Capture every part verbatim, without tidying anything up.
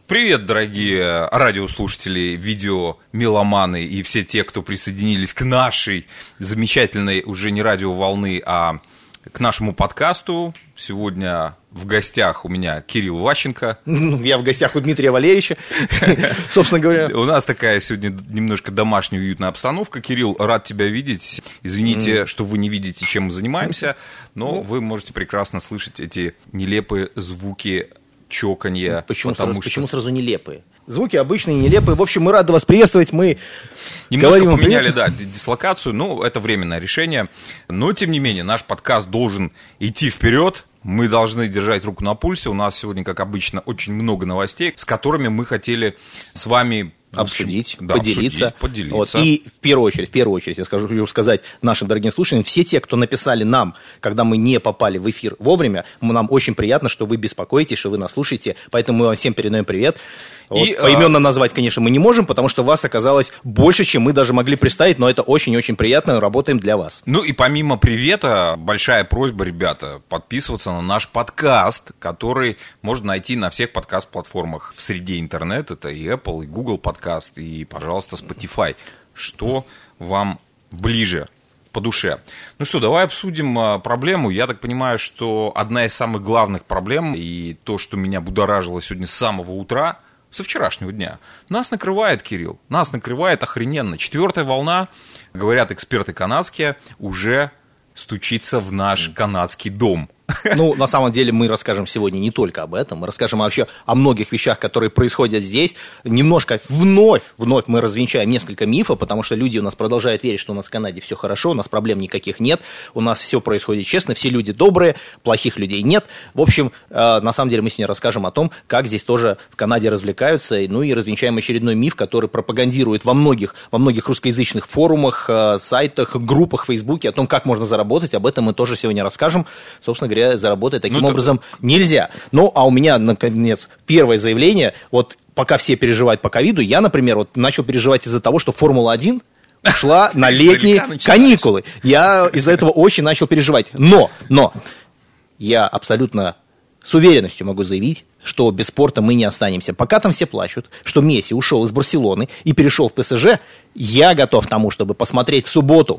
Привет, дорогие радиослушатели, видеомеломаны и все те, кто присоединились к нашей замечательной уже не радиоволны, а к нашему подкасту. Сегодня в гостях у меня Кирилл Ващенко. Я в гостях у Дмитрия Валерьевича, собственно говоря. У нас такая сегодня немножко домашняя уютная обстановка. Кирилл, рад тебя видеть. Извините, mm. что вы не видите, чем мы занимаемся, но mm. вы можете прекрасно слышать эти нелепые звуки чоканья. Почему, потому сразу, что... почему сразу нелепые? Звуки обычные, нелепые. В общем, мы рады вас приветствовать. Мы немножко поменяли, да, дислокацию. Ну, это временное решение. Но, тем не менее, наш подкаст должен идти вперед. Мы должны держать руку на пульсе. У нас сегодня, как обычно, очень много новостей, с которыми мы хотели с вами обсудить, да, поделиться. Обсудить, поделиться. Вот. И в первую очередь, в первую очередь, я скажу, хочу сказать нашим дорогим слушателям, все те, кто написали нам, когда мы не попали в эфир вовремя, нам очень приятно, что вы беспокоитесь, что вы нас слушаете, поэтому мы вам всем передаем привет. Вот. И, поименно а... назвать, конечно, мы не можем, потому что вас оказалось больше, чем мы даже могли представить, но это очень-очень приятно, работаем для вас. Ну и помимо привета, большая просьба, ребята, подписываться на наш подкаст, который можно найти на всех подкаст-платформах в среде интернет, это и Apple, и Google подкаст, и, пожалуйста, Spotify, что вам ближе по душе. Ну что, давай обсудим проблему. Я так понимаю, что одна из самых главных проблем, и то, что меня будоражило сегодня с самого утра, со вчерашнего дня. Нас накрывает, Кирилл, нас накрывает охрененно. Четвертая волна, говорят эксперты канадские, уже стучится в наш канадский дом. Ну, на самом деле, мы расскажем сегодня не только об этом, мы расскажем вообще о многих вещах, которые происходят здесь. Немножко вновь, вновь мы развенчаем несколько мифов, потому что люди у нас продолжают верить, что у нас в Канаде все хорошо, у нас проблем никаких нет, у нас все происходит честно, все люди добрые, плохих людей нет. В общем, на самом деле, мы сегодня расскажем о том, как здесь тоже в Канаде развлекаются, ну и развенчаем очередной миф, который пропагандирует во многих, во многих русскоязычных форумах, сайтах, группах в Фейсбуке о том, как можно заработать. Об этом мы тоже сегодня расскажем. Собственно говоря, заработать таким ну, образом это... нельзя. Ну, а у меня, наконец, первое заявление. Вот пока все переживают по ковиду, я, например, вот начал переживать из-за того, что Формула один ушла на летние каникулы. Я из-за этого очень начал переживать. Но, но, я абсолютно с уверенностью могу заявить, что без спорта мы не останемся. Пока там все плачут, что Месси ушел из Барселоны и перешел в ПСЖ, я готов к тому, чтобы посмотреть в субботу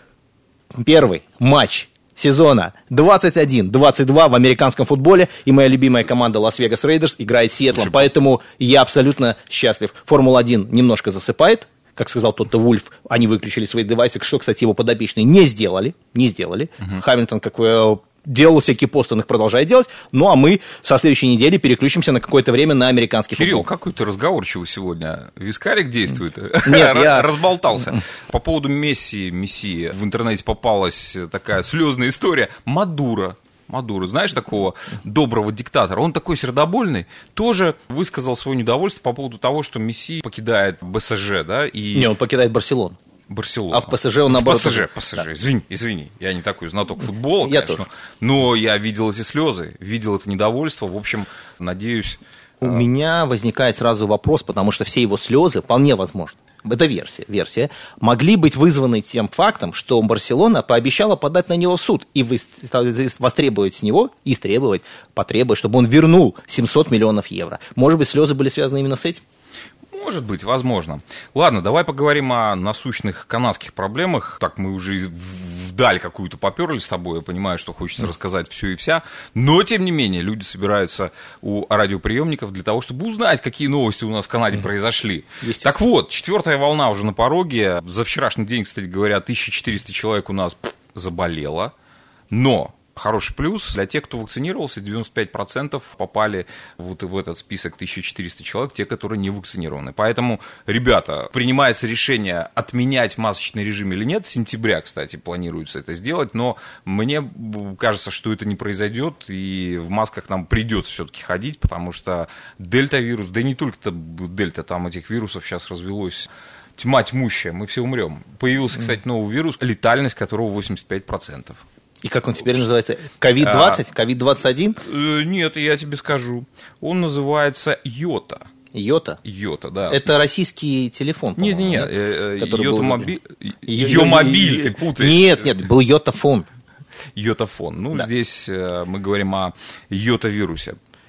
первый матч сезона двадцать один двадцать два в американском футболе, и моя любимая команда Лас-Вегас Рейдерс играет с Сиэтлом, поэтому я абсолютно счастлив. Формула один немножко засыпает, как сказал тот-то Вульф, они выключили свои девайсы, что, кстати, его подопечные не сделали, не сделали. Uh-huh. Хамилтон, как вы... делал всякие посты, он их продолжает делать. Ну, а мы со следующей недели переключимся на какое-то время на американский Кирилл, футбол. Кирилл, какой ты разговорчивый сегодня. Вискарик действует? Нет, я... Разболтался. По поводу Месси, Месси, в интернете попалась такая слезная история. Мадуро. Мадуро, знаешь такого доброго диктатора? Он такой сердобольный, тоже высказал свое недовольство по поводу того, что Месси покидает БСЖ, да? И... Не, он покидает Барселону. Барселона. А в ПСЖ он наоборот... В ПСЖ, ПСЖ, да. извини, извини, я не такой знаток футбола, я конечно, тоже. Но я видел эти слезы, видел это недовольство, в общем, надеюсь... У а... меня возникает сразу вопрос, потому что все его слезы, вполне возможно, это версия, версия, могли быть вызваны тем фактом, что Барселона пообещала подать на него в суд и востребовать с него, истребовать, потребовать, чтобы он вернул семьсот миллионов евро. Может быть, слезы были связаны именно с этим? Может быть, возможно. Ладно, давай поговорим о насущных канадских проблемах. Так, мы уже вдаль какую-то поперли с тобой. Я понимаю, что хочется рассказать все и вся. Но, тем не менее, люди собираются у радиоприемников для того, чтобы узнать, какие новости у нас в Канаде произошли. Так вот, четвертая волна уже на пороге. За вчерашний день, кстати говоря, тысяча четыреста человек у нас заболело. Но... хороший плюс для тех, кто вакцинировался, девяносто пять процентов попали вот в этот список тысяча четыреста человек, те, которые не вакцинированы. Поэтому, ребята, принимается решение отменять масочный режим или нет. С сентября, кстати, планируется это сделать, но мне кажется, что это не произойдет, и в масках нам придется все-таки ходить, потому что дельта-вирус, да и не только дельта, там этих вирусов сейчас развелось тьма тьмущая, мы все умрем. Появился, кстати, новый вирус, летальность которого восемьдесят пять процентов. И как он теперь называется? ковид двадцать? ковид двадцать один? Нет, я тебе скажу. Он называется Йота. Йота? Йота, да. Это российский телефон, нет, по-моему. Нет, нет, нет. Йота мобиль. Йомобиль, ты путаешь. Нет, нет, был Йотафон. Йотафон. Ну, да. Здесь мы говорим о йота-вирусе.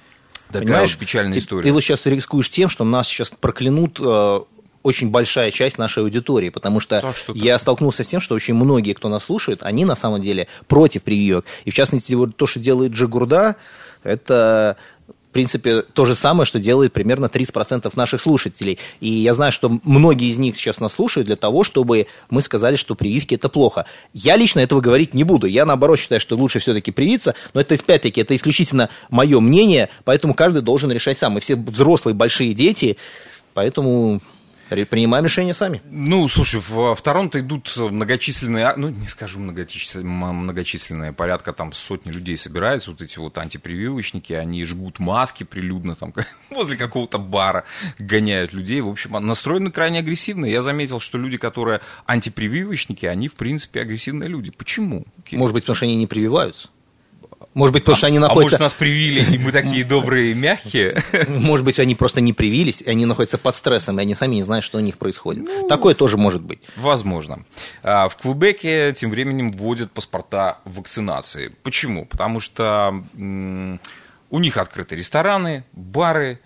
Такая Понимаешь, вот печальная ты, история. Ты вот сейчас рискуешь тем, что нас сейчас проклянут э, очень большая часть нашей аудитории, потому что, что я так. столкнулся с тем, что очень многие, кто нас слушает, они на самом деле против прививок. И в частности, вот то, что делает Джигурда, это... В принципе, то же самое, что делает примерно тридцать процентов наших слушателей. И я знаю, что многие из них сейчас нас слушают для того, чтобы мы сказали, что прививки – это плохо. Я лично этого говорить не буду. Я, наоборот, считаю, что лучше все-таки привиться. Но это, опять-таки, это исключительно мое мнение, поэтому каждый должен решать сам. Мы все взрослые, большие дети, поэтому... Принимаем решения сами. Ну, слушай, в, в Торонто идут многочисленные, ну, не скажу многочисленные, многочисленные, порядка там сотни людей собираются, вот эти вот антипрививочники, они жгут маски прилюдно там возле какого-то бара, гоняют людей. В общем, настроены крайне агрессивно. Я заметил, что люди, которые антипрививочники, они, в принципе, агрессивные люди. Почему? Может быть, потому что они не прививаются? Может быть, потому а, что они находятся... А находятся... может, нас привили, и мы такие добрые и мягкие? Может быть, они просто не привились, и они находятся под стрессом, и они сами не знают, что у них происходит. Ну, такое тоже может быть. Возможно. В Квебеке тем временем вводят паспорта вакцинации. Почему? Потому что м- у них открыты рестораны, бары,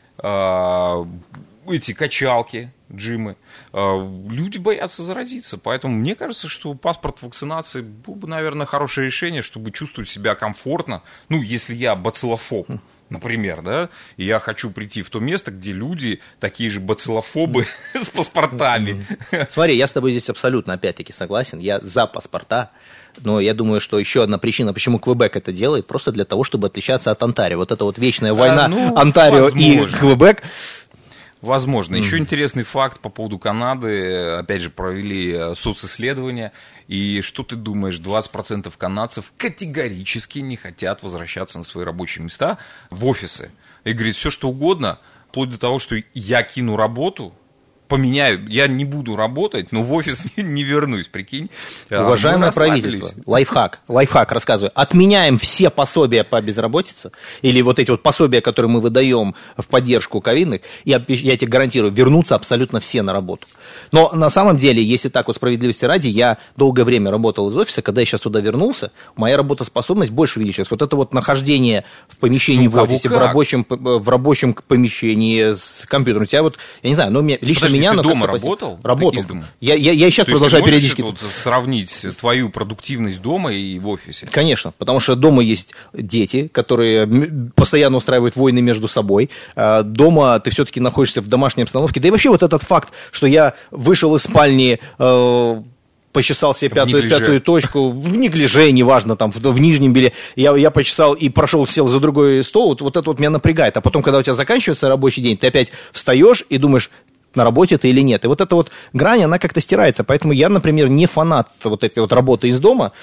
э- эти качалки, джимы. Люди боятся заразиться. Поэтому мне кажется, что паспорт вакцинации был бы, наверное, хорошее решение, чтобы чувствовать себя комфортно. Ну, если я бациллофоб, например, да, и я хочу прийти в то место, где люди такие же бациллофобы с паспортами. Смотри, я с тобой здесь абсолютно, опять-таки, согласен. Я за паспорта. Но я думаю, что еще одна причина, почему Квебек это делает, просто для того, чтобы отличаться от Онтарио. Вот эта вот вечная война а, ну, Онтарио возможно. И Квебек. Возможно. Еще mm-hmm. интересный факт по поводу Канады. Опять же, провели социсследования. И что ты думаешь, двадцать процентов канадцев категорически не хотят возвращаться на свои рабочие места в офисы. И говорит, все что угодно, вплоть до того, что я кину работу, поменяю, я не буду работать, но в офис не, не вернусь, прикинь. Уважаемое правительство, лайфхак, лайфхак, рассказываю. Отменяем все пособия по безработице, или вот эти вот пособия, которые мы выдаем в поддержку ковидных, и я тебе гарантирую, вернутся абсолютно все на работу. Но на самом деле, если так вот справедливости ради, я долгое время работал из офиса, когда я сейчас туда вернулся, моя работоспособность больше увеличилась. Вот это вот нахождение в помещении ну, в офисе, в рабочем, в рабочем помещении с компьютером. У тебя вот, я не знаю, но лично Подожди, меня... Ты но дома работал? Работал. Ты я, я, я и сейчас То продолжаю есть периодически... Ты можешь вот сравнить твою продуктивность дома и в офисе? Конечно, потому что дома есть дети, которые постоянно устраивают войны между собой. Дома ты все-таки находишься в домашней обстановке. Да и вообще вот этот факт, что я вышел из спальни... почесал себе пятую, пятую точку, в неглиже, неважно, там, в, в нижнем белье, я, я почесал и прошел, сел за другой стол, вот, вот это вот меня напрягает. А потом, когда у тебя заканчивается рабочий день, ты опять встаешь и думаешь, на работе ты или нет. И вот эта вот грань, она как-то стирается. Поэтому я, например, не фанат вот этой вот работы из дома,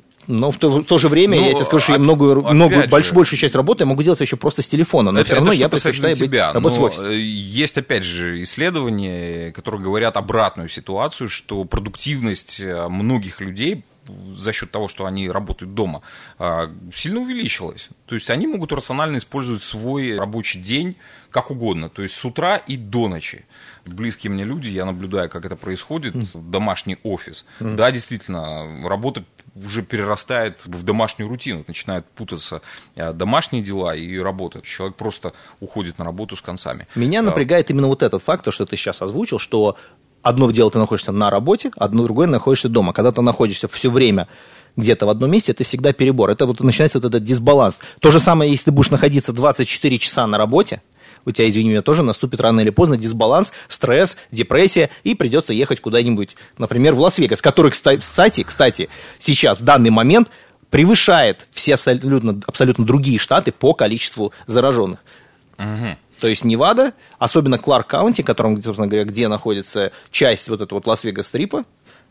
но в то, в то же время, ну, я тебе скажу, что я многую, многую больш, большую часть работы я могу делать еще просто с телефона, но это, все равно я предпочитаю тебя, работать в офисе. Есть, опять же, исследования, которые говорят обратную ситуацию, что продуктивность многих людей за счет того, что они работают дома, сильно увеличилась. То есть они могут рационально использовать свой рабочий день как угодно, то есть с утра и до ночи. Близкие мне люди, я наблюдаю, как это происходит, mm. домашний офис. Mm. Да, действительно, работа уже перерастает в домашнюю рутину, начинают путаться домашние дела и работа. Человек просто уходит на работу с концами. Меня напрягает именно вот этот факт, то, что ты сейчас озвучил, что одно дело ты находишься на работе, одно другое находишься дома. Когда ты находишься все время где-то в одном месте, это всегда перебор. Это вот начинается вот этот дисбаланс. То же самое, если ты будешь находиться двадцать четыре часа на работе, у тебя, извини меня, тоже наступит рано или поздно дисбаланс, стресс, депрессия, и придется ехать куда-нибудь, например, в Лас-Вегас, который, кстати, кстати, сейчас, в данный момент, превышает все абсолютно, абсолютно другие штаты по количеству зараженных. Угу. То есть Невада, особенно Кларк-Каунти, котором, собственно говоря, где находится часть вот этого вот Лас-Вегас-стрипа,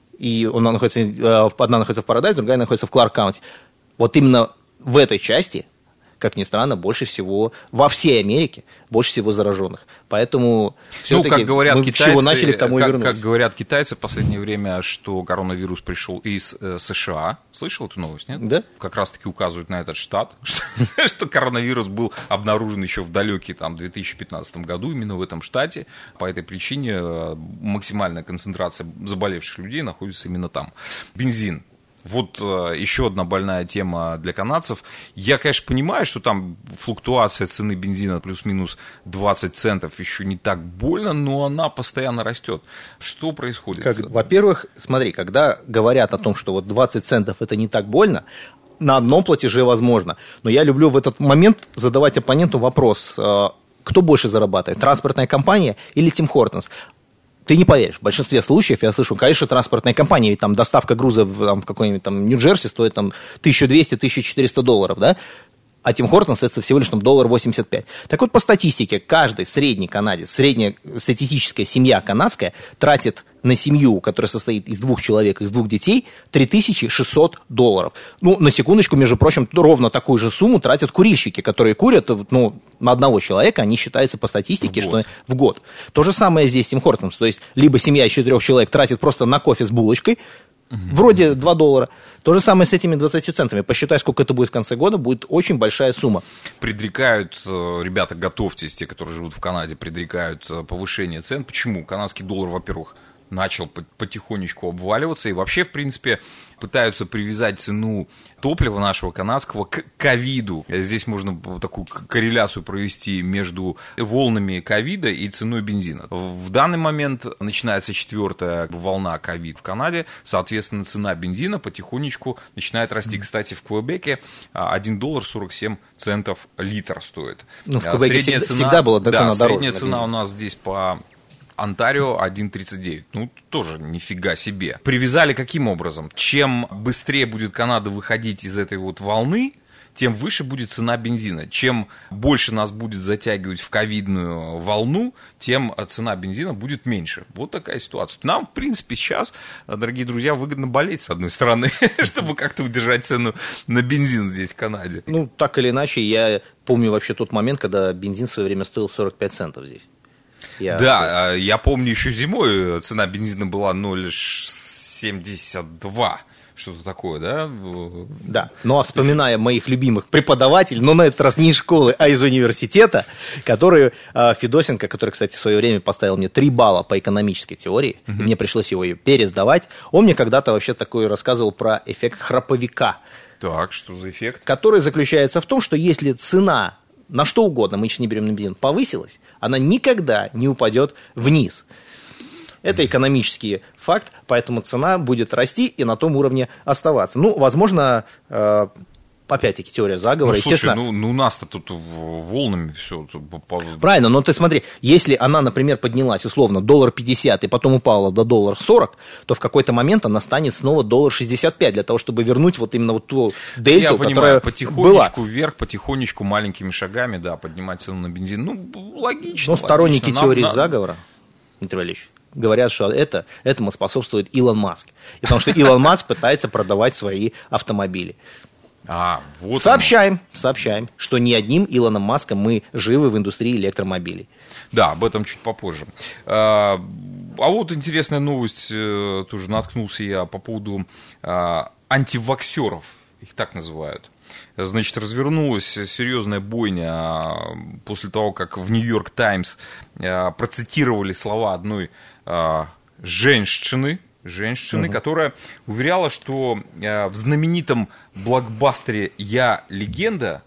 и она находится, одна находится в Парадайз, другая находится в Кларк-Каунти. Вот именно в этой части, как ни странно, больше всего, во всей Америке, больше всего зараженных. Поэтому все-таки ну, как говорят мы китайцы, чего начали, к тому как, и вернулись. Как говорят китайцы в последнее время, что коронавирус пришел из э, США. Слышал эту новость, нет? Да. Как раз-таки указывают на этот штат, что, что коронавирус был обнаружен еще в далекий там, две тысячи пятнадцатом году, именно в этом штате. По этой причине максимальная концентрация заболевших людей находится именно там. Бензин Вот э, еще одна больная тема для канадцев. Я, конечно, понимаю, что там флуктуация цены бензина плюс-минус двадцать центов еще не так больно, но она постоянно растет. Что происходит? Как, во-первых, смотри, когда говорят о том, что вот двадцать центов это не так больно, на одном платеже возможно. Но я люблю в этот момент задавать оппоненту вопрос, э, кто больше зарабатывает, транспортная компания или Тим Хортонс? Ты не поверишь, в большинстве случаев я слышу, конечно, транспортная компания, ведь там доставка груза в, там, в какой-нибудь там Нью-Джерси стоит там тысяча двести - тысяча четыреста долларов, да? А Тим Хортонс это всего лишь там доллар восемьдесят пять. Так вот, по статистике, каждый средний канадец, средняя статистическая семья канадская тратит на семью, которая состоит из двух человек, из двух детей, три тысячи шестьсот долларов. Ну, на секундочку, между прочим, ровно такую же сумму тратят курильщики, которые курят, ну, на одного человека, они считаются по статистике, в год. что в год. То же самое здесь с Тим Хортонс. То есть, либо семья из четырех человек тратит просто на кофе с булочкой, вроде два доллара. То же самое с этими двадцатью центами. Посчитай, сколько это будет в конце года, будет очень большая сумма. Предрекают, ребята, готовьтесь, те, которые живут в Канаде, предрекают повышение цен. Почему? Канадский доллар, во-первых, начал потихонечку обваливаться, и вообще, в принципе, пытаются привязать цену топлива нашего канадского к ковиду. Здесь можно такую корреляцию провести между волнами ковида и ценой бензина. В данный момент начинается четвертая волна ковид в Канаде, соответственно, цена бензина потихонечку начинает расти. Кстати, в Квебеке один доллар сорок семь центов литр стоит. Ну, в Квебеке средняя всегда, цена, всегда была цена да, дороже. Средняя цена у нас здесь по Онтарио один тридцать девять. Ну, тоже нифига себе. Привязали каким образом? Чем быстрее будет Канада выходить из этой вот волны, тем выше будет цена бензина. Чем больше нас будет затягивать в ковидную волну, тем цена бензина будет меньше. Вот такая ситуация. Нам, в принципе, сейчас, дорогие друзья, выгодно болеть, с одной стороны, чтобы как-то удержать цену на бензин здесь, в Канаде. Ну, так или иначе, я помню вообще тот момент, когда бензин в свое время стоил сорок пять центов здесь. Я... Да, я помню, еще зимой цена бензина была ноль семьдесят два, что-то такое, да? Да, ну а вспоминая моих любимых преподавателей, но на этот раз не из школы, а из университета, который э, Федосенко, который, кстати, в свое время поставил мне три балла по экономической теории, uh-huh. и мне пришлось его пересдавать, он мне когда-то вообще такое рассказывал про эффект храповика. Так, что за эффект? Который заключается в том, что если цена на что угодно, мы сейчас не берем на бензин, повысилась, она никогда не упадет вниз. Это экономический факт, поэтому цена будет расти и на том уровне оставаться. Ну, возможно, э, опять-таки теория заговора. Ну, естественно, слушай, ну, ну нас-то тут волнами все. Правильно, но ты смотри, если она, например, поднялась условно доллар пятьдесят и потом упала до доллар сорок, то в какой-то момент она станет снова доллар шестьдесят пять для того, чтобы вернуть вот именно вот ту дельту, Я которая понимаю, была. потихонечку вверх, потихонечку, маленькими шагами, да, поднимать цену на бензин. Ну, логично. Но сторонники логично. теории Нам, заговора, Дмитрий Валерьевич, говорят, что это, этому способствует Илон Маск. Потому что Илон Маск пытается продавать свои автомобили. А, вот сообщаем, оно. сообщаем, что ни одним Илоном Маском мы живы в индустрии электромобилей. Да, об этом чуть попозже. А, а вот интересная новость, тоже наткнулся я по поводу а, антиваксеров, их так называют. Значит, развернулась серьезная бойня после того, как в Нью-Йорк Таймс процитировали слова одной женщины, женщины, угу. которая уверяла, что в знаменитом блокбастере «Я легенда»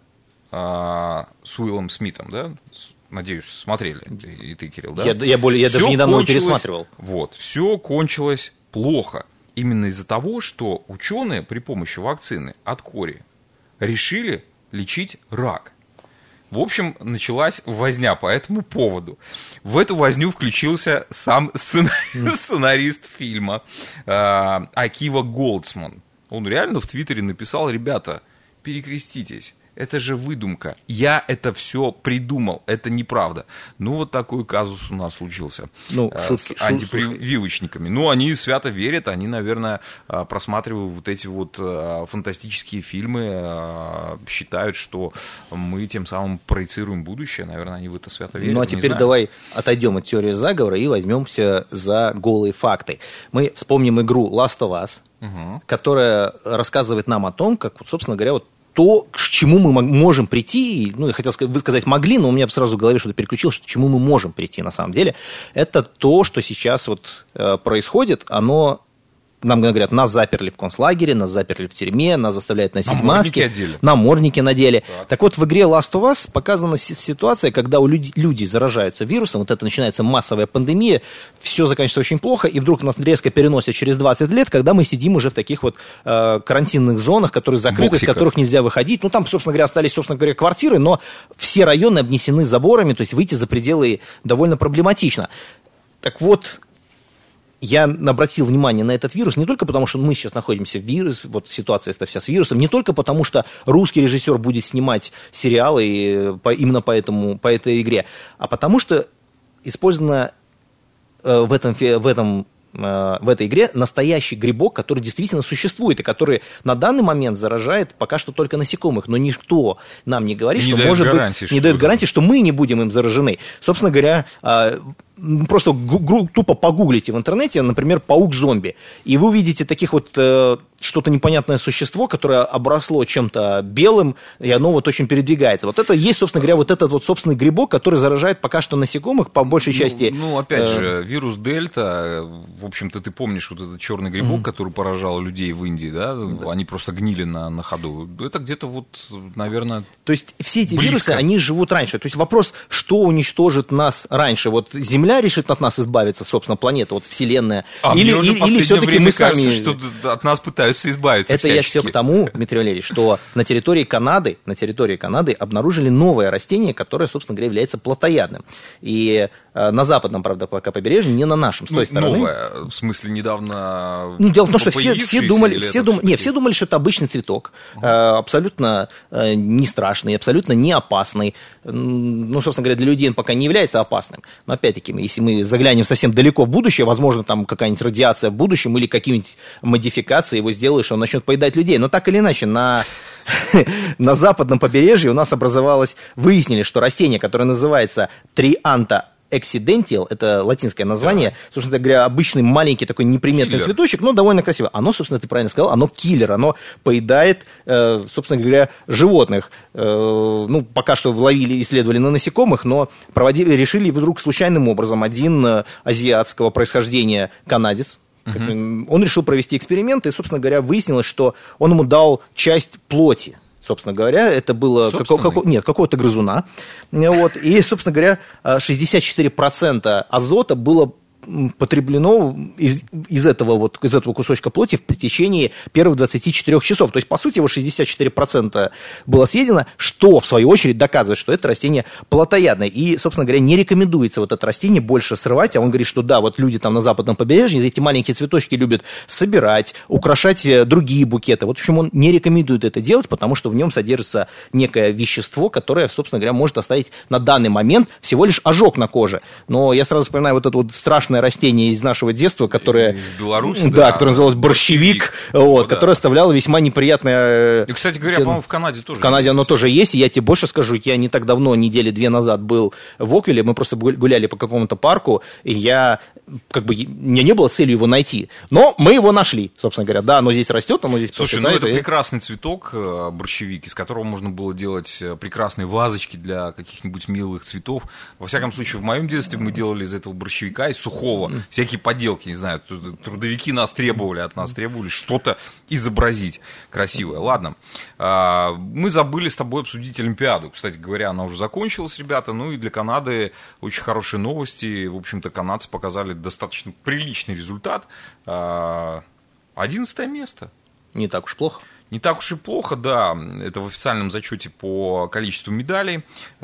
с Уиллом Смитом, да, надеюсь, смотрели, и ты, Кирилл, да? Я, я, более, я даже недавно его пересматривал. Вот, все кончилось плохо. Именно из-за того, что ученые при помощи вакцины от кори решили лечить рак. В общем, началась возня по этому поводу. В эту возню включился сам сцена- сценарист фильма э, Акива Голдсман. Он реально в Твиттере написал: ребята, перекреститесь. Это же выдумка. Я это все придумал. Это неправда. Ну, вот такой казус у нас случился. Ну, э, шут, с шут, антипрививочниками. Шут. Ну, они свято верят. Они, наверное, просматривают вот эти вот фантастические фильмы, считают, что мы тем самым проецируем будущее. Наверное, они в это свято верят. Ну, а теперь давай отойдем от теории заговора и возьмемся за голые факты. Мы вспомним игру Last of Us, угу. которая рассказывает нам о том, как, собственно говоря, вот то, к чему мы можем прийти, ну, я хотел сказать могли, но у меня сразу в голове что-то переключилось, что к чему мы можем прийти на самом деле, это то, что сейчас вот э, происходит, оно нам говорят, нас заперли в концлагере, нас заперли в тюрьме, нас заставляют носить намордники маски. одели. Намордники надели. Так. так вот, в игре Last of Us показана ситуация, когда у людей, люди заражаются вирусом, вот это начинается массовая пандемия, все заканчивается очень плохо, и вдруг нас резко переносят через двадцать лет, когда мы сидим уже в таких вот э, карантинных зонах, которые закрыты, Боксиках. из которых нельзя выходить. Ну, там, собственно говоря, остались, собственно говоря, квартиры, но все районы обнесены заборами, то есть выйти за пределы довольно проблематично. Так вот, я обратил внимание на этот вирус не только потому, что мы сейчас находимся в вирусе, вот ситуация эта вся с вирусом, не только потому, что русский режиссер будет снимать сериалы по, именно по, этому, по этой игре, а потому что использовано э, в этом, в этом в этой игре настоящий грибок, который действительно существует и который на данный момент заражает пока что только насекомых, но никто нам не говорит, не что может гарантии, быть, что не дает это. гарантии, что мы не будем им заражены. Собственно говоря, просто тупо погуглите в интернете, например, паук-зомби, и вы увидите таких вот что-то непонятное существо, которое обросло чем-то белым, и оно вот очень передвигается. Вот это есть, собственно говоря, вот этот вот собственный грибок, который заражает пока что насекомых, по большей части. Ну, ну опять же, вирус Дельта, в общем-то, ты помнишь вот этот черный грибок, mm-hmm. который поражал людей в Индии, да? да? Они просто гнили на, на ходу. Это где-то вот, наверное, то есть все эти близко. Вирусы, они живут раньше. То есть вопрос, что уничтожит нас раньше? Вот Земля решит от нас избавиться, собственно, планета, вот Вселенная. А или мне уже или, или все-таки время мы кажется, сами... что от нас пытаются избавиться Это всячески. я все к тому, Дмитрий Валерьевич, что на территории Канады, на территории Канады обнаружили новое растение, которое, собственно говоря, является плотоядным. И э, на западном, правда, пока побережье, не на нашем, с той ну, стороны. Новое, в смысле, недавно... Ну, дело в том, что все, все думали, все дум... не, все думали, что это обычный цветок, uh-huh. э, абсолютно э, не страшный, абсолютно не опасный. Ну, собственно говоря, для людей он пока не является опасным. Но, опять-таки, если мы заглянем совсем далеко в будущее, возможно, там какая-нибудь радиация в будущем или какие-нибудь модификации его сделаешь, он начнет поедать людей. Но так или иначе, на, на западном побережье у нас образовалось, выяснили, что растение, которое называется трианта Accidental, это латинское название, да. Собственно говоря, обычный маленький такой неприметный киллер. Цветочек, но довольно красивый. Оно, собственно, ты правильно сказал, оно киллер, оно поедает, э, собственно говоря, животных. Э, ну, пока что ловили, исследовали на насекомых, но проводили, решили вдруг случайным образом один э, азиатского происхождения канадец, uh-huh. он решил провести эксперимент, и, собственно говоря, выяснилось, что он ему дал часть плоти. Собственно говоря, это было како, како, нет, какого-то грызуна. Вот, и, собственно говоря, шестьдесят четыре процента азота было потреблено из, из, этого вот, из этого кусочка плоти в течение первых двадцати четырёх часов. То есть, по сути, его шестьдесят четыре процента было съедено, что, в свою очередь, доказывает, что это растение плотоядное. И, собственно говоря, не рекомендуется вот это растение больше срывать. А он говорит, что да, вот люди там на западном побережье эти маленькие цветочки любят собирать, украшать другие букеты. Вот, в общем, он не рекомендует это делать, потому что в нем содержится некое вещество, которое, собственно говоря, может оставить на данный момент всего лишь ожог на коже. Но я сразу вспоминаю вот это вот страшное растение из нашего детства, которое... Из Беларуси, да. да. которое называлось борщевик, вот, да. которое оставляло весьма неприятное... И, кстати говоря, по-моему, в Канаде тоже В Канаде есть. оно тоже есть, и я тебе больше скажу, я не так давно, недели две назад был в Оквилле, мы просто гуляли по какому-то парку, и я, как бы, у меня не было цели его найти, но мы его нашли, собственно говоря. Да, оно здесь растет, оно здесь... Слушай, ну это и... прекрасный цветок, борщевик, из которого можно было делать прекрасные вазочки для каких-нибудь милых цветов. Во всяком случае, в моем детстве мы делали из этого борщевика, из сухого, всякие поделки, не знаю, трудовики нас требовали, от нас требовали что-то изобразить красивое. Ладно, мы забыли с тобой обсудить Олимпиаду. Кстати говоря, она уже закончилась, ребята, ну и для Канады очень хорошие новости. В общем-то, канадцы показали достаточно приличный результат. Одиннадцатое место. Не так уж плохо. Не так уж и плохо, да, это в официальном зачете по количеству медалей.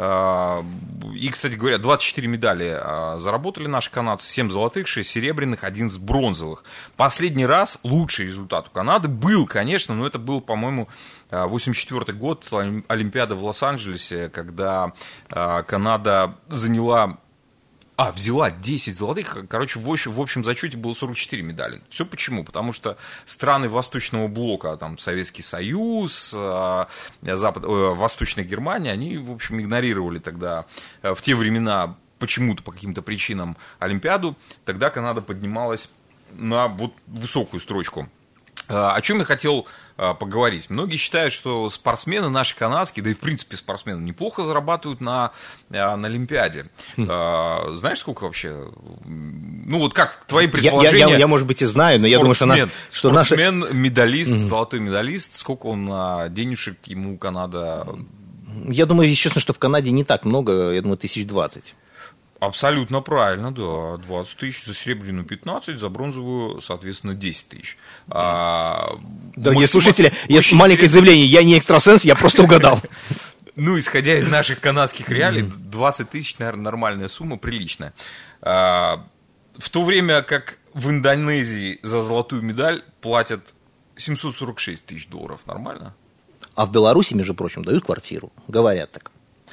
И, кстати говоря, двадцать четыре медали заработали наши канадцы, семь золотых, шесть серебряных, одиннадцать бронзовых. Последний раз лучший результат у Канады был, конечно, но это был, по-моему, восемьдесят четвёртый год, Олимпиада в Лос-Анджелесе, когда Канада заняла... А, взяла десять золотых, короче, в общем, в общем зачете было сорок четыре медали. Все почему? Потому что страны Восточного блока, там, Советский Союз, Запад, Восточная Германия, они, в общем, игнорировали тогда в те времена почему-то по каким-то причинам Олимпиаду. Тогда Канада поднималась на вот высокую строчку. О чем я хотел поговорить. Многие считают, что спортсмены наши канадские, да и в принципе спортсмены неплохо зарабатывают на, на Олимпиаде. Mm. Знаешь, сколько вообще Ну, вот как твои предположения? Я, я, я может быть, и знаю, но я думаю, что наш... Что спортсмен, наши... медалист, mm-hmm. золотой медалист, сколько он а, денежек ему Канада... Я думаю, честно, что в Канаде не так много, я думаю, тысяч двадцать. Абсолютно правильно, да. двадцать тысяч, за серебряную пятнадцать, за бронзовую, соответственно, десять тысяч. А, Дорогие максим... слушатели, есть маленькое заявление, я не экстрасенс, я просто угадал. Ну, исходя из наших канадских реалий, двадцать тысяч, наверное, нормальная сумма, приличная. В то время как в Индонезии за золотую медаль платят семьсот сорок шесть тысяч долларов, нормально? А в Беларуси, между прочим, дают квартиру, говорят так.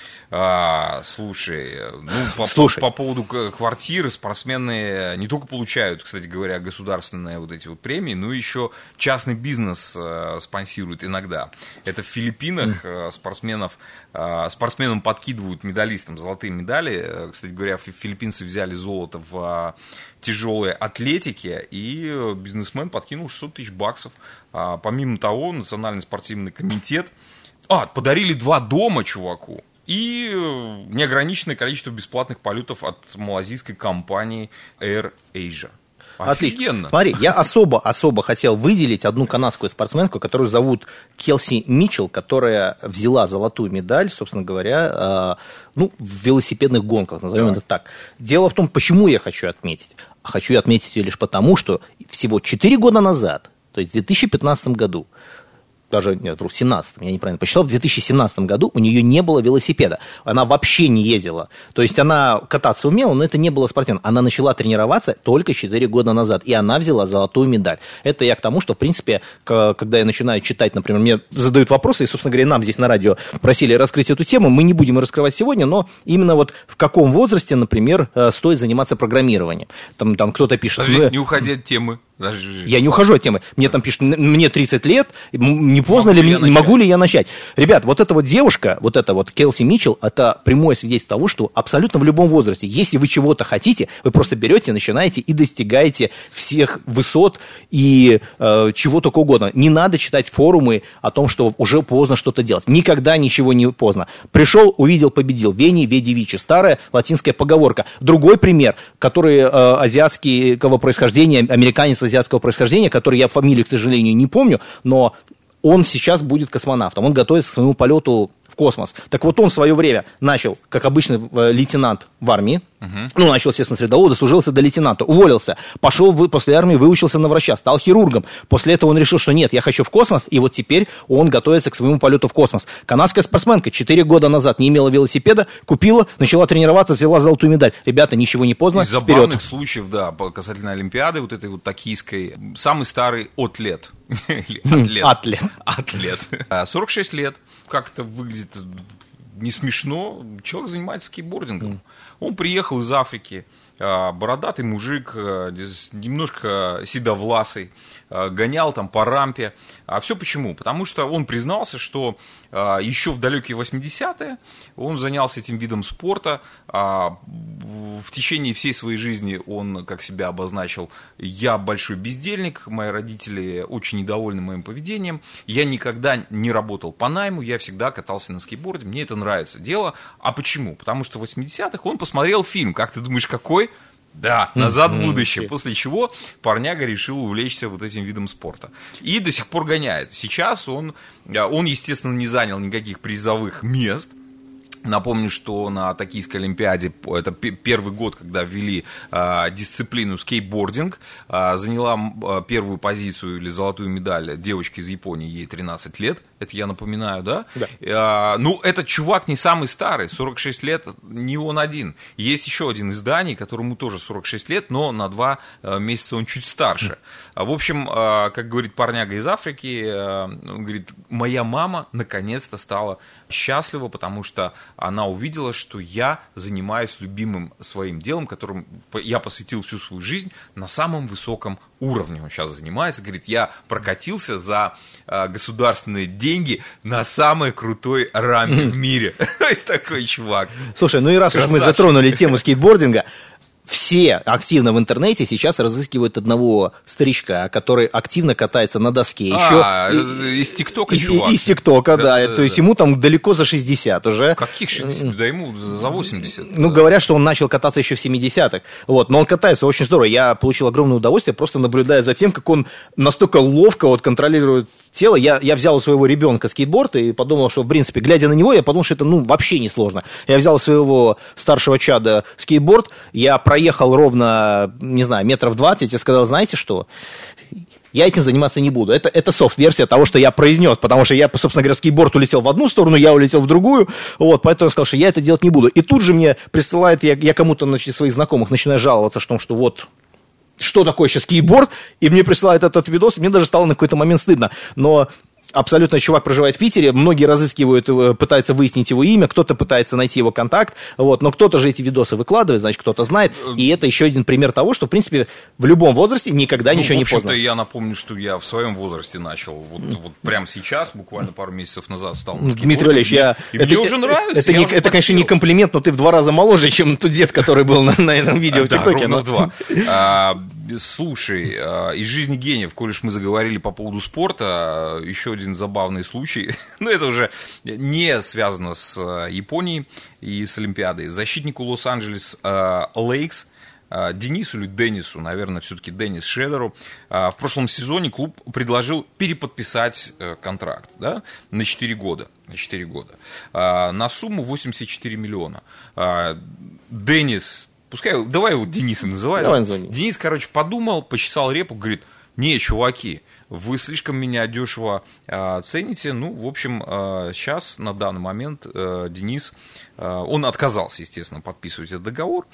А, слушай, ну, по, слушай. По, по поводу квартиры спортсмены не только получают, кстати говоря, государственные вот эти вот премии, но еще частный бизнес э, спонсирует иногда. Это в Филиппинах э, спортсменов, э, спортсменам подкидывают медалистам золотые медали. Кстати говоря, филиппинцы взяли золото в э, тяжелой атлетике, и бизнесмен подкинул шестьсот тысяч баксов. А, помимо того, Национальный спортивный комитет а, подарили два дома чуваку. И неограниченное количество бесплатных полетов от малазийской компании Air Asia. Отлично. Офигенно. Смотри, я особо, особо хотел выделить одну канадскую спортсменку, которую зовут Келси Митчелл, которая взяла золотую медаль, собственно говоря, э, ну, в велосипедных гонках, назовем Давай. это так. Дело в том, почему я хочу отметить. Хочу отметить ее лишь потому, что всего четыре года назад, то есть в две тысячи пятнадцатом году, даже, нет, в семнадцатом, я неправильно посчитал, в две тысячи семнадцатом году у нее не было велосипеда. Она вообще не ездила. То есть она кататься умела, но это не было спортивно. Она начала тренироваться только четыре года назад, и она взяла золотую медаль. Это я к тому, что, в принципе, когда я начинаю читать, например, мне задают вопросы, и, собственно говоря, нам здесь на радио просили раскрыть эту тему, мы не будем ее раскрывать сегодня, но именно вот в каком возрасте, например, стоит заниматься программированием. Там, там кто-то пишет... Подожди, не уходи от темы. Я не ухожу от темы. Мне там пишут, мне тридцать лет, не поздно могу ли, ли могу ли я начать? Ребят, вот эта вот девушка, вот эта вот Келси Митчелл, это прямое свидетельство того, что абсолютно в любом возрасте, если вы чего-то хотите, вы просто берете, начинаете и достигаете всех высот и э, чего только угодно. Не надо читать форумы о том, что уже поздно что-то делать. Никогда ничего не поздно. Пришел, увидел, победил. Вени, веди, вичи. Старая латинская поговорка. Другой пример, который э, азиатского происхождения, американец азиатского происхождения, который я фамилию, к сожалению, не помню, но он сейчас будет космонавтом, он готовится к своему полету в космос. Так вот он в свое время начал, как обычный лейтенант в армии, uh-huh. ну, начал, естественно, с рядового, дослужился до лейтенанта, уволился, пошел после армии, выучился на врача, стал хирургом. После этого он решил, что нет, я хочу в космос, и вот теперь он готовится к своему полету в космос. Канадская спортсменка четыре года назад не имела велосипеда, купила, начала тренироваться, взяла золотую медаль. Ребята, ничего не поздно, из забавных случаев, да, касательно Олимпиады, вот этой вот токийской, самый старый атлет. Атлет. Атлет. Атлет. сорок шесть лет. Как это выглядит не смешно. Человек занимается скейтбордингом. Он приехал из Африки. Бородатый мужик, немножко седовласый, гонял там по рампе. А все почему? Потому что он признался, что еще в далекие восьмидесятые он занялся этим видом спорта. В течение всей своей жизни он, как себя обозначил, я большой бездельник, мои родители очень недовольны моим поведением, я никогда не работал по найму, я всегда катался на скейтборде, мне это нравится дело. А почему? Потому что в восьмидесятых он посмотрел фильм, как ты думаешь, какой? Да, «Назад в будущее», после чего парняга решил увлечься вот этим видом спорта. И до сих пор гоняет. Сейчас он, он, естественно, не занял никаких призовых мест. Напомню, что на Токийской Олимпиаде, это первый год, когда ввели э, дисциплину скейтбординг, э, заняла э, первую позицию или золотую медаль девочка из Японии, ей тринадцать лет, это я напоминаю, да? Да. Э, ну, этот чувак не самый старый, сорок шесть лет, не он один. Есть еще один из Дании, которому тоже сорок шесть лет, но на два э, месяца он чуть старше. В общем, э, как говорит парняга из Африки, э, он говорит, моя мама наконец-то стала счастлива, потому что она увидела, что я занимаюсь любимым своим делом, которым я посвятил всю свою жизнь на самом высоком уровне. Он сейчас занимается, говорит, я прокатился за э, государственные деньги на самой крутой рампе в мире. То есть такой чувак. Слушай, ну и раз уж мы затронули тему скейтбординга, все активно в интернете сейчас разыскивают одного старичка, который активно катается на доске. А, еще из ТикТока, из, чувак. Из ТикТока, да. да, да. То да, есть да. ему там далеко за шестьдесят уже. Каких шестьдесят? Да ему за восемьдесят. Ну, да. говорят, что он начал кататься еще в семидесятых. Вот. Но он катается очень здорово. Я получил огромное удовольствие, просто наблюдая за тем, как он настолько ловко вот контролирует тело. Я, я взял у своего ребенка скейтборд и подумал, что, в принципе, глядя на него, я подумал, что это ну, вообще не сложно. Я взял у своего старшего чада скейтборд, я проехал ровно, не знаю, метров двадцать и сказал, знаете что, я этим заниматься не буду. Это, это софт-версия того, что я произнес, потому что я, собственно говоря, скейтборд улетел в одну сторону, я улетел в другую, вот, поэтому я сказал, что я это делать не буду. И тут же мне присылает, я, я кому-то из своих знакомых начинаю жаловаться, что, что вот, что такое сейчас скейтборд, и мне присылают этот видос, и мне даже стало на какой-то момент стыдно, но... Абсолютно чувак проживает в Питере, многие разыскивают, пытаются выяснить его имя, кто-то пытается найти его контакт, вот, но кто-то же эти видосы выкладывает, значит, кто-то знает, и это еще один пример того, что, в принципе, в любом возрасте никогда ну, ничего не поздно. В общем-то, я напомню, что я в своем возрасте начал, вот, вот прямо сейчас, буквально пару месяцев назад стал на скейтборде. Дмитрий Валерьевич, я... И это, мне уже нравится. Это, не, это конечно, не комплимент, но ты в два раза моложе, чем тот дед, который был на, на этом видео в ТикТоке. Да, ровно в два. А, слушай, а, из жизни гениев, коль уж мы заговорили по поводу спорта, еще один забавный случай. Ну, это уже не связано с Японией и с Олимпиадой. Защитнику Лос-Анджелес Лейкс Денису или Денису, наверное, все-таки Денис Шедеру, в прошлом сезоне клуб предложил переподписать контракт, да, на четыре года. На четыре года. На сумму восемьдесят четыре миллиона. Денис, пускай, давай его Денисом называем. Давай назовем. Денис, короче, подумал, почесал репу, говорит, не, чуваки, вы слишком меня дешево э, цените. Ну, в общем, э, сейчас, на данный момент, э, Денис, э, он отказался, естественно, подписывать этот договор.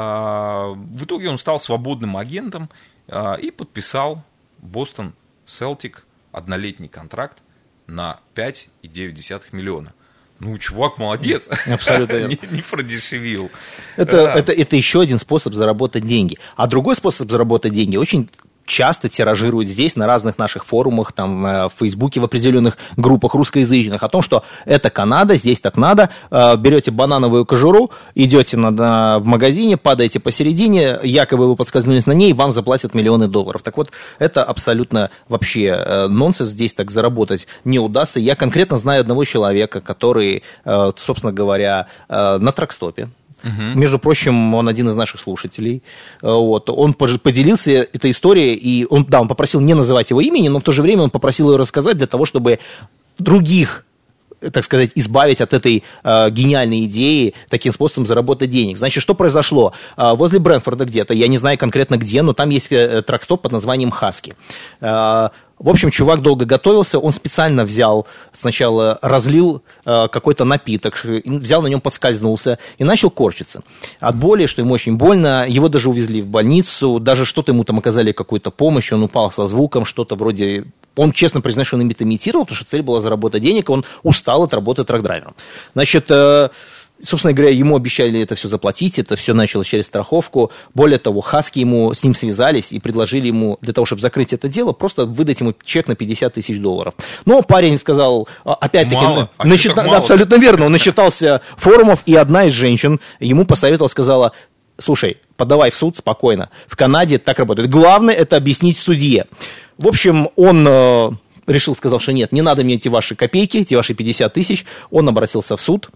Э, в итоге он стал свободным агентом э, и подписал Бостон Селтик однолетний контракт на пять целых девять десятых миллиона. Ну, чувак, молодец. Абсолютно не, не продешевил. Это, это, это еще один способ заработать деньги. А другой способ заработать деньги очень часто тиражируют здесь, на разных наших форумах, там, в Фейсбуке, в определенных группах русскоязычных, о том, что это Канада, здесь так надо, берете банановую кожуру, идете на, на, в магазине, падаете посередине, якобы вы подскользнулись на ней, вам заплатят миллионы долларов. Так вот, это абсолютно вообще нонсенс, здесь так заработать не удастся. Я конкретно знаю одного человека, который, собственно говоря, на тракстопе, Uh-huh. Между прочим, он один из наших слушателей. Вот. Он поделился этой историей, и он, да, он попросил не называть его имени, но в то же время он попросил ее рассказать для того, чтобы других, так сказать, избавить от этой э, гениальной идеи, таким способом заработать денег. Значит, что произошло? Э, возле Брэнфорда где-то, я не знаю конкретно где, но там есть э, тракстоп под названием Хаски. Э, В общем, чувак долго готовился, он специально взял, сначала разлил э, какой-то напиток, взял на нем, подскользнулся и начал корчиться. От боли, что ему очень больно, его даже увезли в больницу, даже что-то ему там оказали, какую-то помощь, он упал со звуком, что-то вроде... Он честно признает, что он имитировал, потому что цель была заработать денег, он устал от работы трак-драйвером. Значит... Э, Собственно говоря, ему обещали это все заплатить, это все началось через страховку. Более того, Хаски ему, с ним связались и предложили ему, для того, чтобы закрыть это дело, просто выдать ему чек на пятьдесят тысяч долларов. Но парень сказал, опять-таки, мало. А насчит... абсолютно верно, он насчитался форумов, и одна из женщин ему посоветовала, сказала, слушай, подавай в суд спокойно, в Канаде так работает. Главное это объяснить судье. В общем, он... решил, сказал, что нет, не надо мне эти ваши копейки, эти ваши пятьдесят тысяч. Он обратился в суд.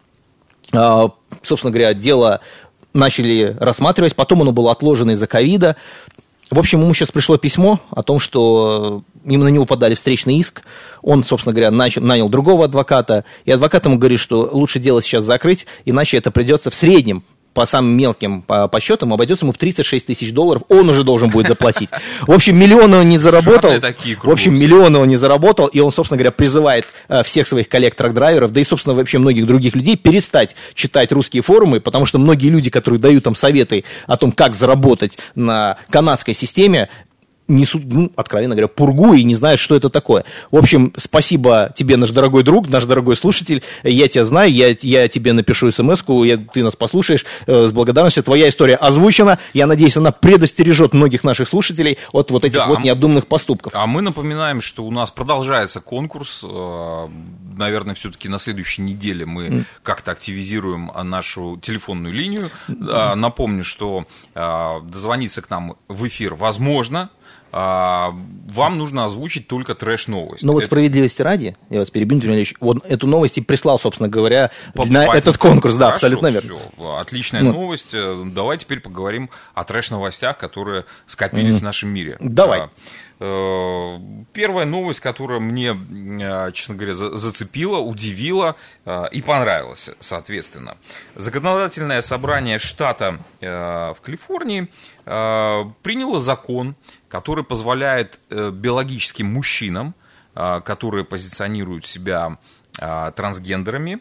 Собственно говоря, дело начали рассматривать, потом оно было отложено из-за ковида. В общем, ему сейчас пришло письмо о том, что им на него подали встречный иск. Он, собственно говоря, начал, нанял другого адвоката, и адвокат ему говорит, что лучше дело сейчас закрыть, иначе это придется в среднем, по самым мелким по, по счетам, обойдется ему в тридцать шесть тысяч долларов, он уже должен будет заплатить. В общем, миллионы он не заработал. В общем, миллионы он не заработал, и он, собственно говоря, призывает э, всех своих коллег-трак-драйверов, да и, собственно, вообще многих других людей перестать читать русские форумы, потому что многие люди, которые дают там советы о том, как заработать на канадской системе, несут, ну, откровенно говоря, пургу и не знают, что это такое. В общем, спасибо тебе, наш дорогой друг, наш дорогой слушатель. Я тебя знаю, я, я тебе напишу смс-ку, я, ты нас послушаешь э, с благодарностью. Твоя история озвучена. Я надеюсь, она предостережет многих наших слушателей от вот этих да, вот необдуманных поступков. А мы напоминаем, что у нас продолжается конкурс. Наверное, все-таки на следующей неделе мы mm. как-то активизируем нашу телефонную линию. Mm. Напомню, что дозвониться к нам в эфир возможно. Вам нужно озвучить только трэш-новость. Но вот это... справедливости ради, я вас перебью, Дмитрий Ильич, вот эту новость и прислал, собственно говоря, по, на по этот конкурс. Да, хорошо, абсолютно верно. Все. Отличная ну. новость. Давай теперь поговорим о трэш-новостях, которые скопились mm. в нашем мире. Давай. Первая новость, которая мне, честно говоря, зацепила, удивила и понравилась, соответственно. Законодательное собрание штата в Калифорнии приняло закон, который позволяет биологическим мужчинам, которые позиционируют себя трансгендерами,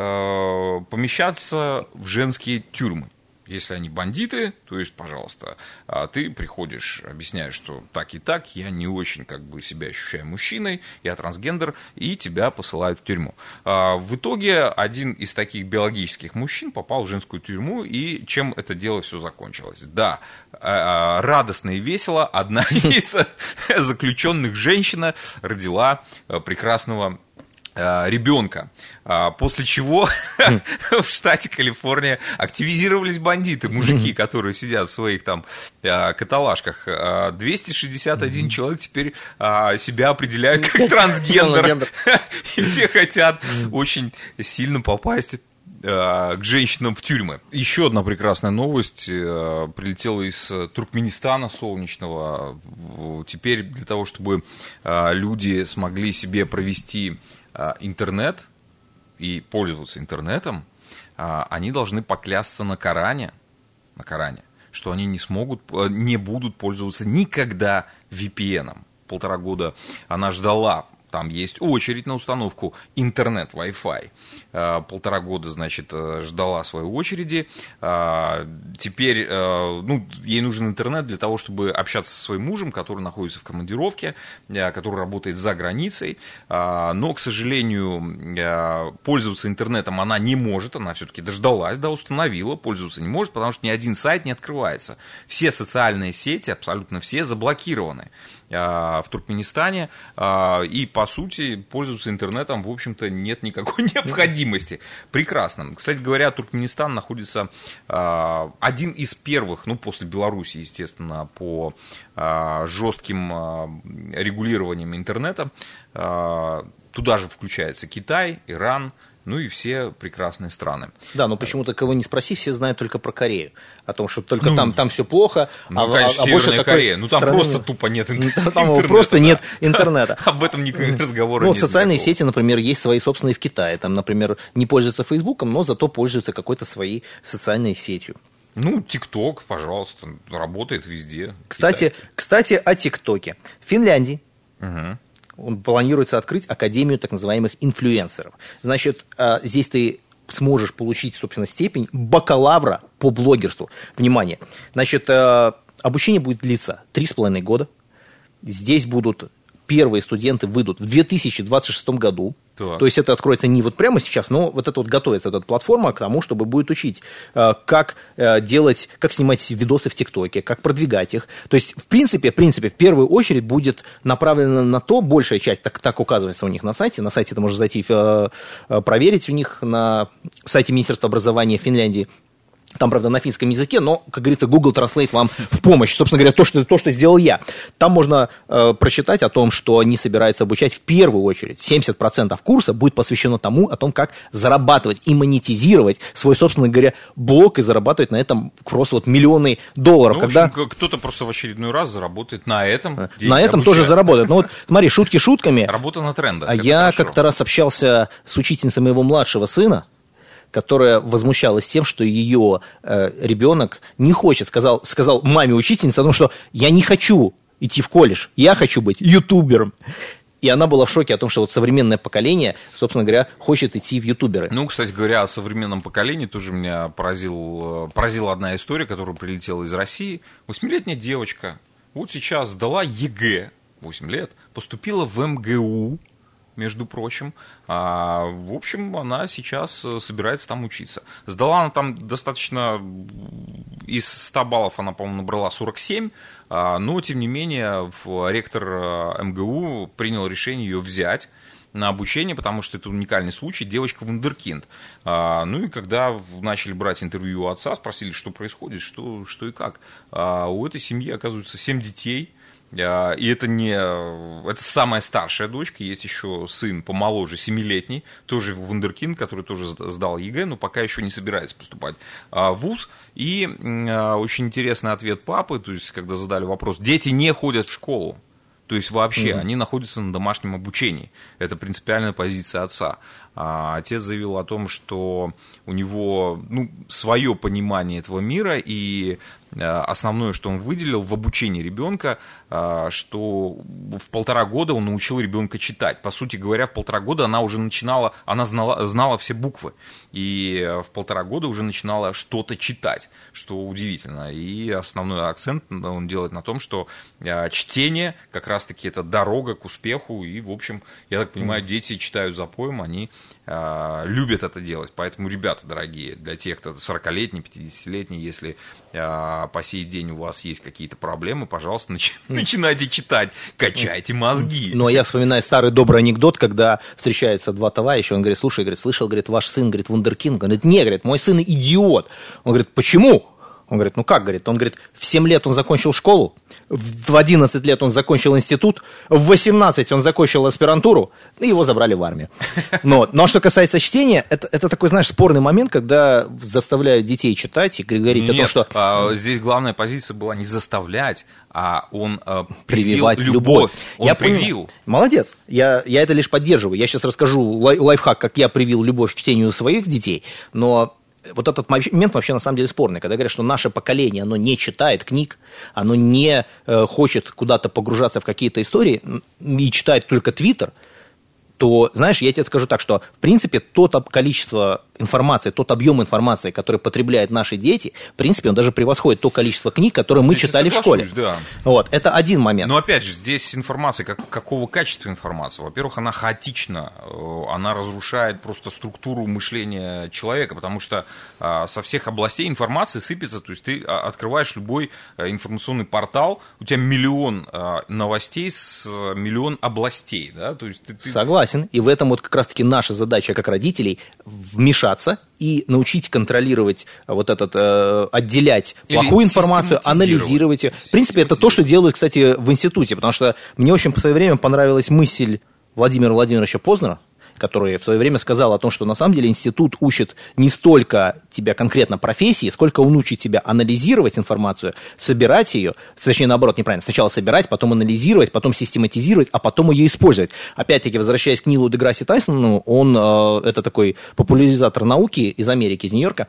помещаться в женские тюрьмы. Если они бандиты, то есть, пожалуйста, ты приходишь, объясняешь, что так и так, я не очень как бы себя ощущаю мужчиной, я трансгендер, и тебя посылают в тюрьму. В итоге один из таких биологических мужчин попал в женскую тюрьму, и чем это дело все закончилось? Да, радостно и весело одна из заключенных женщина родила прекрасного ребенка. После чего в штате Калифорния активизировались бандиты, мужики, которые сидят в своих там каталажках. двести шестьдесят один человек теперь себя определяют как трансгендер. И все хотят очень сильно попасть к женщинам в тюрьмы. Еще одна прекрасная новость прилетела из Туркменистана солнечного. Теперь для того, чтобы люди смогли себе провести интернет и пользоваться интернетом, они должны поклясться на Коране, на Коране, что они не смогут, не будут пользоваться никогда ви пи эн. Полтора года она ждала. Там есть очередь на установку интернет, Wi-Fi. Полтора года, значит, ждала своей очереди. Теперь, ну, ей нужен интернет для того, чтобы общаться со своим мужем, который находится в командировке, который работает за границей. Но, к сожалению, пользоваться интернетом она не может. Она все-таки дождалась, да, установила, пользоваться не может, потому что ни один сайт не открывается. Все социальные сети, абсолютно все, заблокированы в Туркменистане, и, по сути, пользоваться интернетом, в общем-то, нет никакой необходимости. Прекрасно. Кстати говоря, Туркменистан находится один из первых, ну, после Беларуси, естественно, по жестким регулированиям интернета. Туда же включается Китай, Иран, ну и все прекрасные страны. Да, но почему-то, кого не спроси, все знают только про Корею. О том, что только ну, там, там все плохо. Ну, а, конечно, а Северная Корея. Ну, там просто нет. Тупо нет интернета. Там просто да. нет интернета. Об этом разговора ну, нет. Социальные никакого. сети, например, есть свои собственные в Китае. Там, например, не пользуются Фейсбуком, но зато пользуются какой-то своей социальной сетью. Ну, ТикТок, пожалуйста, работает везде. Кстати, кстати о ТикТоке. В Финляндии угу. планируется открыть Академию так называемых инфлюенсеров. Значит, здесь ты сможешь получить, собственно, степень бакалавра по блогерству. Внимание, значит, обучение будет длиться три с половиной года. Здесь будут первые студенты выйдут в две тысячи двадцать шестом году. Так. То есть это откроется не вот прямо сейчас, но вот это вот готовится эта платформа к тому, чтобы будет учить, как делать, как снимать видосы в ТикТоке, как продвигать их. То есть, в принципе, в принципе, в первую очередь будет направлена на то, большая часть, так, так указывается у них на сайте, на сайте это можно зайти проверить у них на сайте Министерства образования Финляндии. Там, правда, на финском языке, но, как говорится, Google Translate вам в помощь. Собственно говоря, то, что, то, что сделал я. Там можно э, прочитать о том, что они собираются обучать в первую очередь. семьдесят процентов курса будет посвящено тому, о том, как зарабатывать и монетизировать свой, собственно говоря, блог и зарабатывать на этом просто вот миллионы долларов. Ну, когда... в общем, кто-то просто в очередной раз заработает на этом. На этом обучает. Тоже заработает. Ну вот, смотри, шутки шутками. Работа на трендах. А я как-то раз общался с учительницей моего младшего сына, которая возмущалась тем, что ее э, ребенок не хочет, сказал, сказал маме учительнице о том, что я не хочу идти в колледж, я хочу быть ютубером. И она была в шоке о том, что вот современное поколение, собственно говоря, хочет идти в ютуберы. Ну, кстати говоря, о современном поколении тоже меня поразил, поразила одна история, которая прилетела из России. Восьмилетняя девочка вот сейчас сдала ЕГЭ, восемь лет, поступила в МГУ, между прочим. А, в общем, она сейчас собирается там учиться. Сдала она там достаточно... Из ста баллов она, по-моему, набрала сорок семь, а, но, тем не менее, ректор МГУ принял решение ее взять на обучение, потому что это уникальный случай, девочка вундеркинд. А, ну и когда начали брать интервью у отца, спросили, что происходит, что, что и как. А, у этой семьи, оказывается, семь детей. И это не... Это самая старшая дочка, есть еще сын помоложе, семилетний, тоже вундеркинд, который тоже сдал ЕГЭ, но пока еще не собирается поступать в вуз. И очень интересный ответ папы, то есть когда задали вопрос, дети не ходят в школу. То есть вообще mm-hmm. они находятся на домашнем обучении. Это принципиальная позиция отца. А отец заявил о том, что у него ну, свое понимание этого мира, и основное, что он выделил в обучении ребенка, что в полтора года он научил ребенка читать. По сути говоря, в полтора года она уже начинала, она знала, знала все буквы. И в полтора года уже начинала что-то читать, что удивительно. И основной акцент он делает на том, что чтение как раз-таки это дорога к успеху. И, в общем, я так понимаю, дети читают запоем, они любят это делать. Поэтому, ребята дорогие, для тех, кто сорокалетний, пятидесятилетний, если по сей день у вас есть какие-то проблемы, пожалуйста, начи- начинайте читать, качайте мозги. Ну, а я вспоминаю старый добрый анекдот, когда встречаются два товарища, он говорит, слушай, говорит, слышал, говорит, ваш сын, говорит, вундеркинд, он говорит, не, говорит, мой сын идиот. Он говорит, почему? Он говорит, ну как, говорит, он говорит, в семь лет он закончил школу, в одиннадцать лет он закончил институт, в восемнадцать он закончил аспирантуру, и его забрали в армию. Но, но что касается чтения, это, это такой, знаешь, спорный момент, когда заставляют детей читать и говорить Нет, о том, что... А, здесь главная позиция была не заставлять, а он а, прививать любовь. любовь. Он я привил. Понимаю. Молодец, я, я это лишь поддерживаю. Я сейчас расскажу лай- лайфхак, как я привил любовь к чтению своих детей, но... Вот этот момент вообще на самом деле спорный, когда говорят, что наше поколение, оно не читает книг, оно не э, хочет куда-то погружаться в какие-то истории и читает только Твиттер, то, знаешь, я тебе скажу так, что, в принципе, то количество информации, тот объем информации, который потребляют наши дети, в принципе, он даже превосходит то количество книг, которые мы Здесь читали в школе. Да. Вот, это один момент. Но, опять же, здесь информация, как, какого качества информация? Во-первых, она хаотична, она разрушает просто структуру мышления человека, потому что а, со всех областей информации сыпется, то есть ты а, открываешь любой а, информационный портал, у тебя миллион а, новостей с а, миллион областей, да? То есть ты, ты... Согласен. И в этом вот как раз-таки наша задача как родителей вмешаться и научить контролировать вот этот, э, отделять Или плохую информацию, анализировать ее. В принципе, это то, что делают, кстати, в институте, потому что мне очень в свое время понравилась мысль Владимира Владимировича Познера, который в свое время сказал о том, что на самом деле институт учит не столько тебя конкретно профессии, сколько он учит тебя анализировать информацию, собирать ее, точнее наоборот, неправильно, сначала собирать, потом анализировать, потом систематизировать, а потом ее использовать. Опять-таки, возвращаясь к Нилу Деграсси Тайсону, он, э, это такой популяризатор науки из Америки, из Нью-Йорка,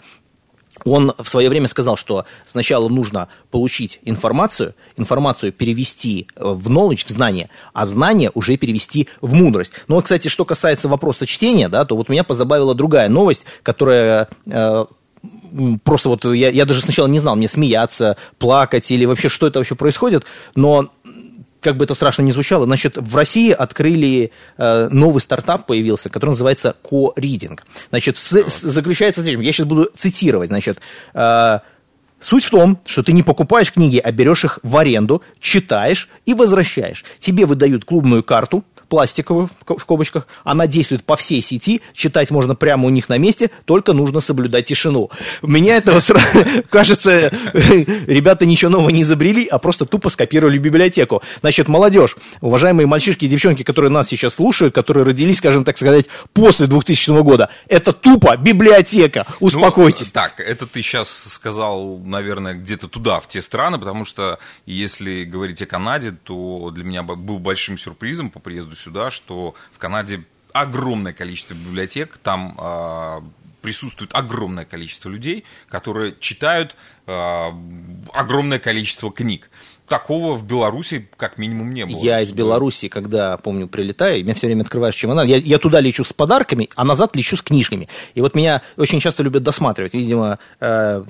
он в свое время сказал, что сначала нужно получить информацию, информацию перевести в knowledge, в знание, а знание уже перевести в мудрость. Но вот, кстати, что касается вопроса чтения, да, то вот меня позабавила другая новость, которая... Э, просто вот я, я даже сначала не знал, мне смеяться, плакать или вообще, что это вообще происходит, но... Как бы это страшно ни звучало, значит, в России открыли э, новый стартап появился, который называется Co-Reading. Значит, с, с, заключается в следующем, я сейчас буду цитировать, значит, э, суть в том, что ты не покупаешь книги, а берешь их в аренду, читаешь и возвращаешь. Тебе выдают клубную карту, пластиковую, в скобочках, она действует по всей сети, читать можно прямо у них на месте, только нужно соблюдать тишину. Меня это вот кажется, ребята ничего нового не изобрели, а просто тупо скопировали библиотеку. Значит, молодежь, уважаемые мальчишки и девчонки, которые нас сейчас слушают, которые родились, скажем так сказать, после двухтысячного года, это тупо библиотека, успокойтесь. Ну, так, это ты сейчас сказал, наверное, где-то туда, в те страны, потому что если говорить о Канаде, то для меня был большим сюрпризом по приезду сюда, что в Канаде огромное количество библиотек, там э, присутствует огромное количество людей, которые читают э, огромное количество книг. Такого в Беларуси как минимум не было. Я из Беларуси, когда, помню, прилетаю, меня все время открываешь чемодан, я, я туда лечу с подарками, а назад лечу с книжками. И вот меня очень часто любят досматривать, видимо... Э,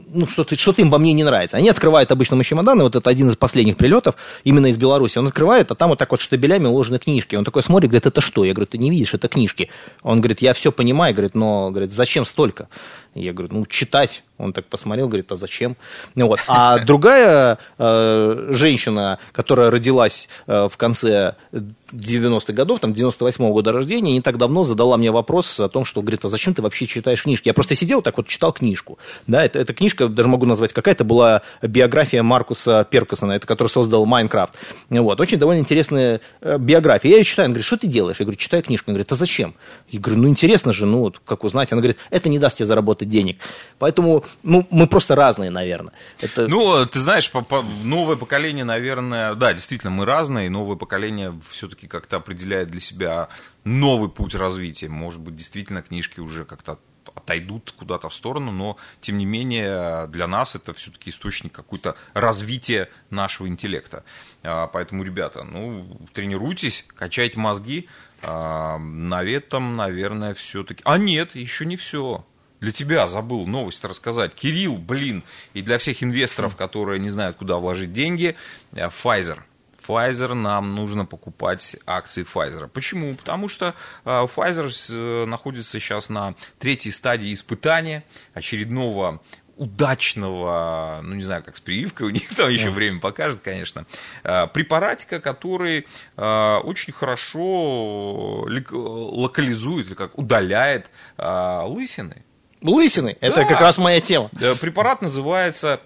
ну, что-то, что-то им во мне не нравится. Они открывают обычно мои чемоданы, вот это один из последних прилетов, именно из Беларуси. Он открывает, а там вот так вот штабелями уложены книжки. Он такой смотрит, говорит, это что? Я говорю, ты не видишь, это книжки. Он говорит, я все понимаю, говорит, но, говорит, зачем столько? Я говорю, ну, читать. Он так посмотрел, говорит, а зачем? Вот. А другая э, женщина, которая родилась э, в конце девяностых годов, там, девяносто восьмого года рождения, не так давно задала мне вопрос о том, что, говорит, а зачем ты вообще читаешь книжки? Я просто сидел так вот, читал книжку. Да, это, эта книжка, даже могу назвать, какая-то была биография Маркуса Перкусона, это который создал Майнкрафт. Вот. Очень довольно интересная э, биография. Я ее читаю, он говорит, что ты делаешь? Я говорю, читаю книжку. Он говорит, а зачем? Я говорю, ну, интересно же, ну, вот, как узнать? Она говорит, это не даст тебе заработать денег. Поэтому, ну, мы просто разные, наверное. Это... Ну, ты знаешь, новое поколение, наверное, да, действительно, мы разные, новое поколение все-таки как-то определяет для себя новый путь развития. Может быть, действительно, книжки уже как-то отойдут куда-то в сторону, но, тем не менее, для нас это все-таки источник какого-то развития нашего интеллекта. Поэтому, ребята, ну, тренируйтесь, качайте мозги. На этом, наверное, все-таки... А нет, еще не все. Для тебя забыл новость рассказать. Кирилл, блин, и для всех инвесторов, которые не знают, куда вложить деньги, Pfizer. Pfizer, нам нужно покупать акции Pfizer. Почему? Потому что Pfizer находится сейчас на третьей стадии испытания очередного удачного, ну не знаю, как с прививкой, у них там еще время покажет, конечно, препаратика, который очень хорошо локализует, или как удаляет лысины. Лысины, это да. Как раз моя тема. Препарат называется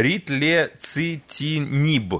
ритлецитиниб.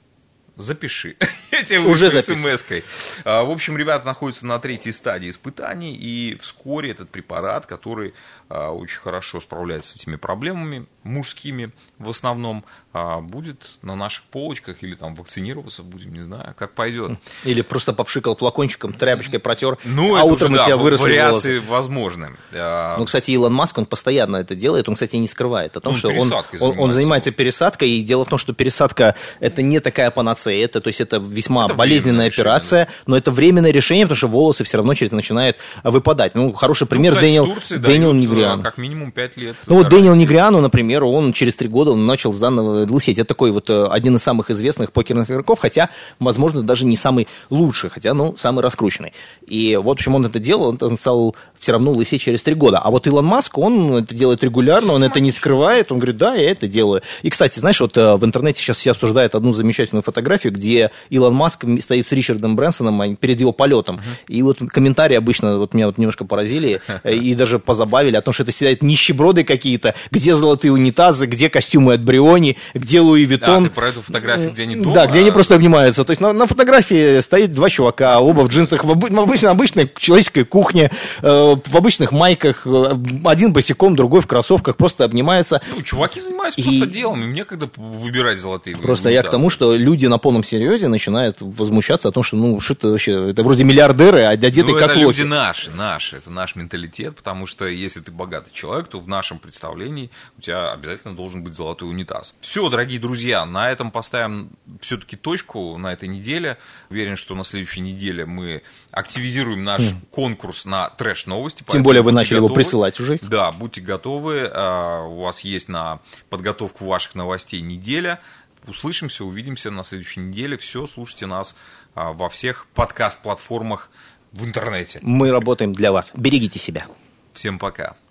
Запиши. Я тебе вышлю смс-кой. В общем, ребята находятся на третьей стадии испытаний, и вскоре этот препарат, который очень хорошо справляется с этими проблемами, мужскими в основном, будет на наших полочках, или там вакцинироваться будем, не знаю, как пойдет. Или просто попшикал флакончиком, тряпочкой протер, ну, а это утром уже, у тебя да, выросли вариации волосы. возможны. Ну, кстати, Илон Маск, он постоянно это делает, он, кстати, не скрывает о том, он что он, он, он занимается пересадкой, и дело в том, что пересадка это не такая панацея, это, то есть это весьма это болезненная операция, решение. Но это временное решение, потому что волосы все равно через это начинают выпадать. Ну, хороший пример, ну, кстати, Дэниел, Турции Дэниел Негриану. Как минимум пять лет. Ну, вот Дэниел Негриану, например, он через три года он начал заново лысеть. Это такой вот один из самых известных покерных игроков, хотя, возможно, даже не самый лучший, хотя, ну, самый раскрученный. И, в общем, он это делал, он стал все равно лысеть через три года. А вот Илон Маск, он это делает регулярно, он это не скрывает, он говорит, да, я это делаю. И, кстати, знаешь, вот в интернете сейчас все обсуждают одну замечательную фотографию, где Илон Маск стоит с Ричардом Брэнсоном перед его полетом. Uh-huh. И вот комментарии обычно вот меня вот немножко поразили и даже позабавили о том, что это сидят нищеброды какие-то, где золотые унитазы, где костюмы от Бриони, где Луи Виттон. Да, ты про эту фотографию, где они дома. Да, где они просто обнимаются. То есть на, на фотографии стоит два чувака, оба в джинсах, в обычной, обычной человеческой кухне, э, в обычных майках, один босиком, другой в кроссовках, просто обнимаются. Ну, чуваки занимаются и... просто делом, им некогда выбирать золотые Просто унитазы. Я к тому, что люди на полном серьезе начинают возмущаться о том, что, ну, что это вообще, это вроде миллиардеры, а одеты ну, как это лохи. Люди наши, наши, это наш менталитет, потому что если ты богатый человек, то в нашем представлении у тебя обязательно должен быть золотой унитаз. Все, дорогие друзья, на этом поставим все-таки точку на этой неделе. Уверен, что на следующей неделе мы активизируем наш mm. конкурс на трэш-новости. Тем более вы начали готовы. Его присылать уже. Да, будьте готовы. У вас есть на подготовку ваших новостей неделя. Услышимся, увидимся на следующей неделе. Все, слушайте нас во всех подкаст-платформах в интернете. Мы работаем для вас. Берегите себя. Всем пока.